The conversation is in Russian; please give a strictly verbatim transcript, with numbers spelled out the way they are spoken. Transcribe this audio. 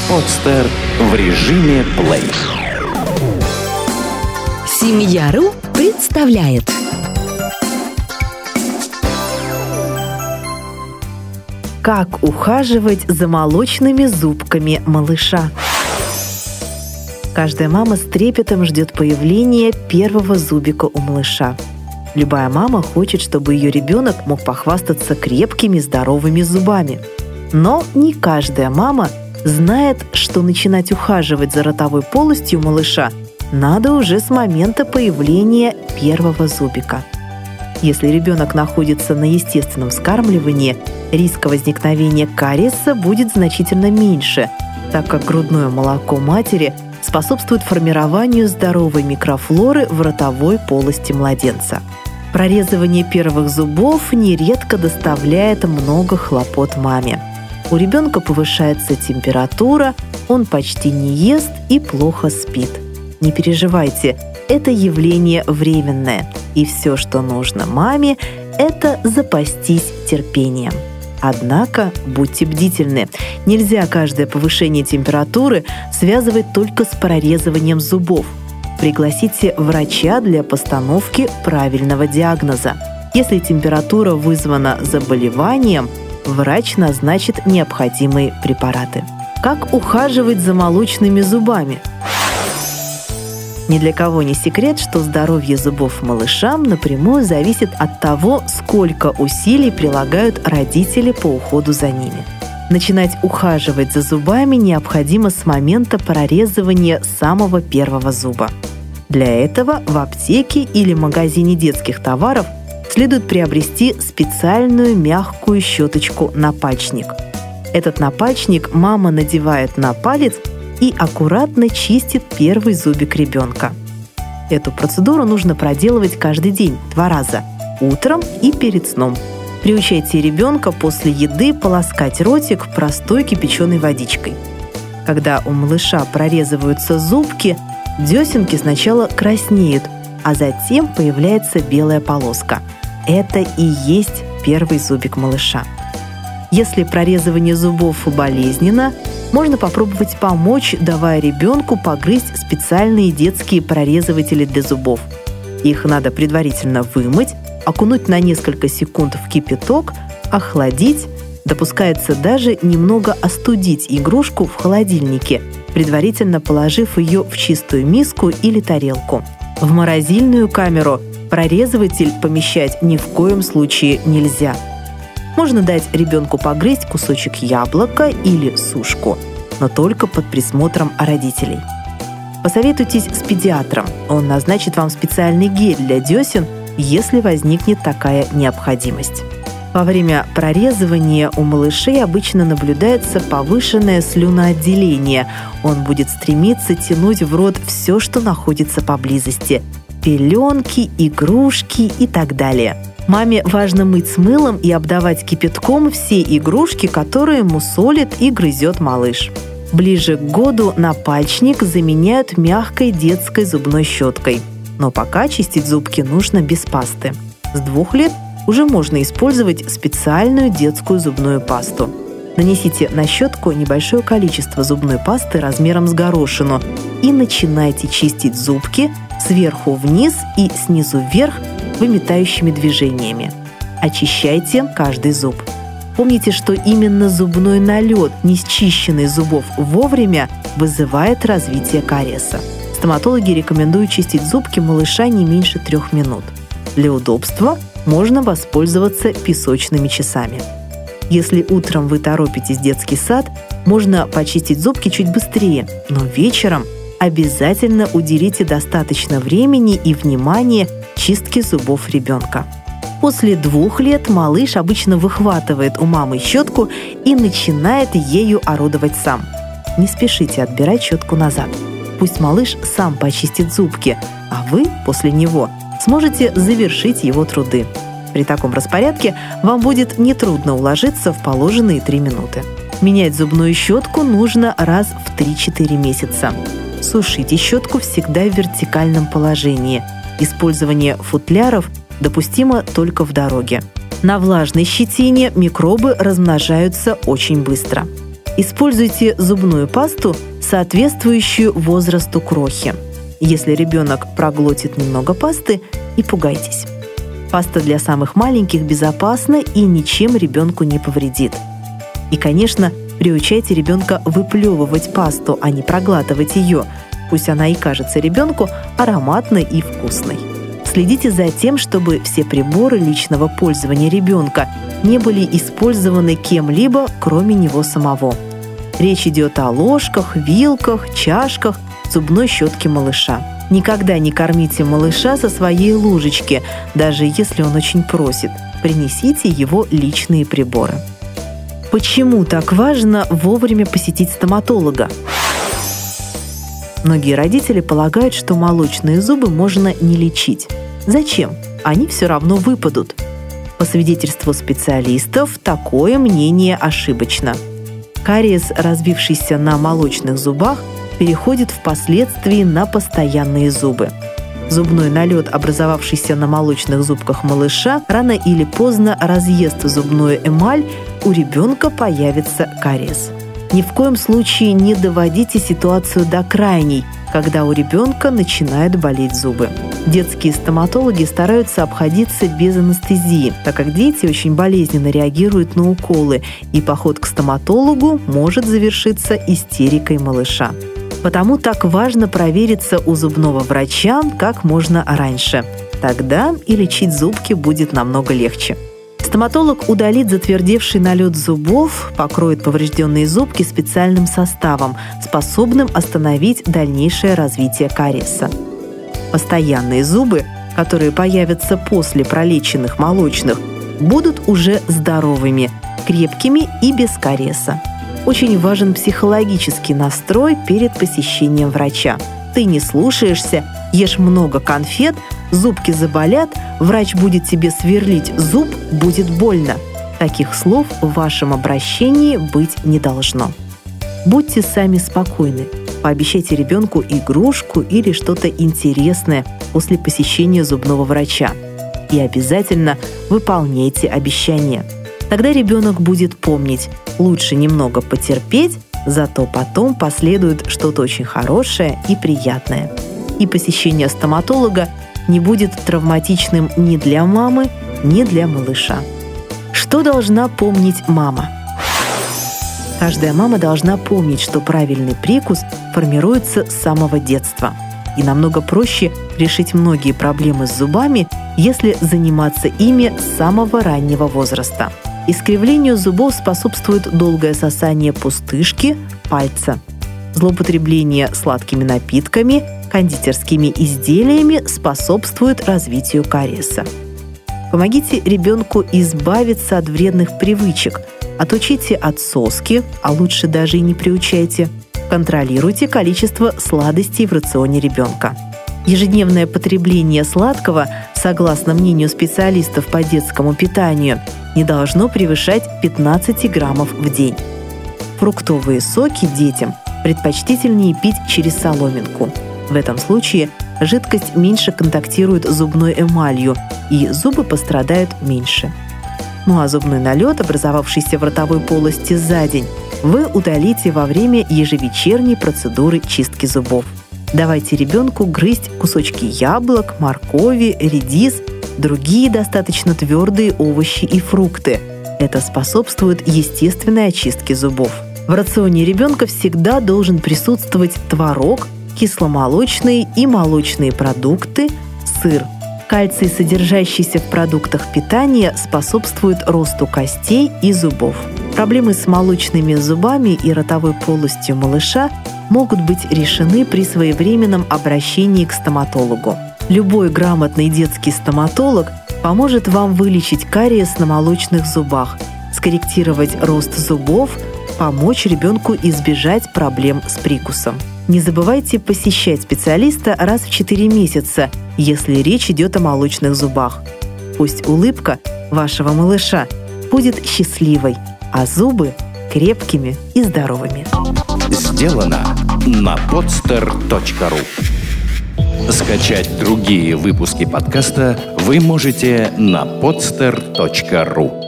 Подстер в режиме плей. Семья.ру представляет. Как ухаживать за молочными зубками малыша? Каждая мама с трепетом ждет появления первого зубика у малыша. Любая мама хочет, чтобы ее ребенок мог похвастаться крепкими, здоровыми зубами. Но не каждая мама знает, что начинать ухаживать за ротовой полостью малыша надо уже с момента появления первого зубика. Если ребенок находится на естественном вскармливании, риск возникновения кариеса будет значительно меньше, так как грудное молоко матери способствует формированию здоровой микрофлоры в ротовой полости младенца. Прорезывание первых зубов нередко доставляет много хлопот маме. У ребенка повышается температура, он почти не ест и плохо спит. Не переживайте, это явление временное, и все, что нужно маме, это запастись терпением. Однако будьте бдительны. Нельзя каждое повышение температуры связывать только с прорезыванием зубов. Пригласите врача для постановки правильного диагноза. Если температура вызвана заболеванием, врач назначит необходимые препараты. Как ухаживать за молочными зубами? Ни для кого не секрет, что здоровье зубов малышам напрямую зависит от того, сколько усилий прилагают родители по уходу за ними. Начинать ухаживать за зубами необходимо с момента прорезывания самого первого зуба. Для этого в аптеке или магазине детских товаров следует приобрести специальную мягкую щеточку-напальчник. Этот напальчник мама надевает на палец и аккуратно чистит первый зубик ребенка. Эту процедуру нужно проделывать каждый день, два раза – утром и перед сном. Приучайте ребенка после еды полоскать ротик простой кипяченой водичкой. Когда у малыша прорезываются зубки, десенки сначала краснеют, а затем появляется белая полоска. Это и есть первый зубик малыша. Если прорезывание зубов болезненно, можно попробовать помочь, давая ребенку погрызть специальные детские прорезыватели для зубов. Их надо предварительно вымыть, окунуть на несколько секунд в кипяток, охладить. Допускается даже немного остудить игрушку в холодильнике, предварительно положив ее в чистую миску или тарелку. В морозильную камеру прорезыватель помещать ни в коем случае нельзя. Можно дать ребенку погрызть кусочек яблока или сушку, но только под присмотром родителей. Посоветуйтесь с педиатром. Он назначит вам специальный гель для десен, если возникнет такая необходимость. Во время прорезывания у малышей обычно наблюдается повышенное слюноотделение. Он будет стремиться тянуть в рот все, что находится поблизости – пеленки, игрушки и так далее. Маме важно мыть с мылом и обдавать кипятком все игрушки, которые мусолит и грызет малыш. Ближе к году напальчник заменяют мягкой детской зубной щеткой. Но пока чистить зубки нужно без пасты. С двух лет уже можно использовать специальную детскую зубную пасту. Нанесите на щетку небольшое количество зубной пасты размером с горошину и начинайте чистить зубки сверху вниз и снизу вверх выметающими движениями. Очищайте каждый зуб. Помните, что именно зубной налет, не счищенный зубов вовремя, вызывает развитие кариеса. Стоматологи рекомендуют чистить зубки малыша не меньше трех минут. Для удобства можно воспользоваться песочными часами. Если утром вы торопитесь в детский сад, можно почистить зубки чуть быстрее, но вечером обязательно уделите достаточно времени и внимания чистке зубов ребенка. После двух лет малыш обычно выхватывает у мамы щетку и начинает ею орудовать сам. Не спешите отбирать щетку назад. Пусть малыш сам почистит зубки, а вы после него сможете завершить его труды. При таком распорядке вам будет нетрудно уложиться в положенные три минуты. Менять зубную щетку нужно раз в три-четыре месяца. Сушите щетку всегда в вертикальном положении. Использование футляров допустимо только в дороге. На влажной щетине микробы размножаются очень быстро. Используйте зубную пасту, соответствующую возрасту крохи. Если ребенок проглотит немного пасты, не пугайтесь. Паста для самых маленьких безопасна и ничем ребенку не повредит. И, конечно, приучайте ребенка выплевывать пасту, а не проглатывать ее. Пусть она и кажется ребенку ароматной и вкусной. Следите за тем, чтобы все приборы личного пользования ребенка не были использованы кем-либо, кроме него самого. Речь идет о ложках, вилках, чашках, зубной щетке малыша. Никогда не кормите малыша со своей ложечки, даже если он очень просит. Принесите его личные приборы. Почему так важно вовремя посетить стоматолога? Многие родители полагают, что молочные зубы можно не лечить. Зачем? Они все равно выпадут. По свидетельству специалистов, такое мнение ошибочно. Кариес, развившийся на молочных зубах, переходит впоследствии на постоянные зубы. Зубной налет, образовавшийся на молочных зубках малыша, рано или поздно разъест зубную эмаль, у ребенка появится кариес. Ни в коем случае не доводите ситуацию до крайней, когда у ребенка начинают болеть зубы. Детские стоматологи стараются обходиться без анестезии, так как дети очень болезненно реагируют на уколы, и поход к стоматологу может завершиться истерикой малыша. Потому так важно провериться у зубного врача как можно раньше. Тогда и лечить зубки будет намного легче. Стоматолог удалит затвердевший налет зубов, покроет поврежденные зубки специальным составом, способным остановить дальнейшее развитие кариеса. Постоянные зубы, которые появятся после пролеченных молочных, будут уже здоровыми, крепкими и без кариеса. Очень важен психологический настрой перед посещением врача. Ты не слушаешься, ешь много конфет, зубки заболят, врач будет тебе сверлить зуб, будет больно. Таких слов в вашем обращении быть не должно. Будьте сами спокойны. Пообещайте ребенку игрушку или что-то интересное после посещения зубного врача. И обязательно выполняйте обещания. Тогда ребенок будет помнить, лучше немного потерпеть, зато потом последует что-то очень хорошее и приятное. И посещение стоматолога не будет травматичным ни для мамы, ни для малыша. Что должна помнить мама? Каждая мама должна помнить, что правильный прикус формируется с самого детства. И намного проще решить многие проблемы с зубами, если заниматься ими с самого раннего возраста. Искривлению зубов способствует долгое сосание пустышки, пальца. Злоупотребление сладкими напитками, кондитерскими изделиями способствует развитию кариеса. Помогите ребенку избавиться от вредных привычек. Отучите от соски, а лучше даже и не приучайте. Контролируйте количество сладостей в рационе ребенка. Ежедневное потребление сладкого, согласно мнению специалистов по детскому питанию, не должно превышать пятнадцать граммов в день. Фруктовые соки детям предпочтительнее пить через соломинку. В этом случае жидкость меньше контактирует с зубной эмалью, и зубы пострадают меньше. Ну а зубной налет, образовавшийся в ротовой полости за день, вы удалите во время ежевечерней процедуры чистки зубов. Давайте ребенку грызть кусочки яблок, моркови, редис, другие достаточно твердые овощи и фрукты. Это способствует естественной очистке зубов. В рационе ребенка всегда должен присутствовать творог, кисломолочные и молочные продукты, сыр. Кальций, содержащийся в продуктах питания, способствует росту костей и зубов. Проблемы с молочными зубами и ротовой полостью малыша могут быть решены при своевременном обращении к стоматологу. Любой грамотный детский стоматолог поможет вам вылечить кариес на молочных зубах, скорректировать рост зубов, помочь ребенку избежать проблем с прикусом. Не забывайте посещать специалиста раз в четыре месяца, если речь идет о молочных зубах. Пусть улыбка вашего малыша будет счастливой, а зубы крепкими и здоровыми. Сделано на подстер точка ру. Скачать другие выпуски подкаста вы можете на подстер точка ру.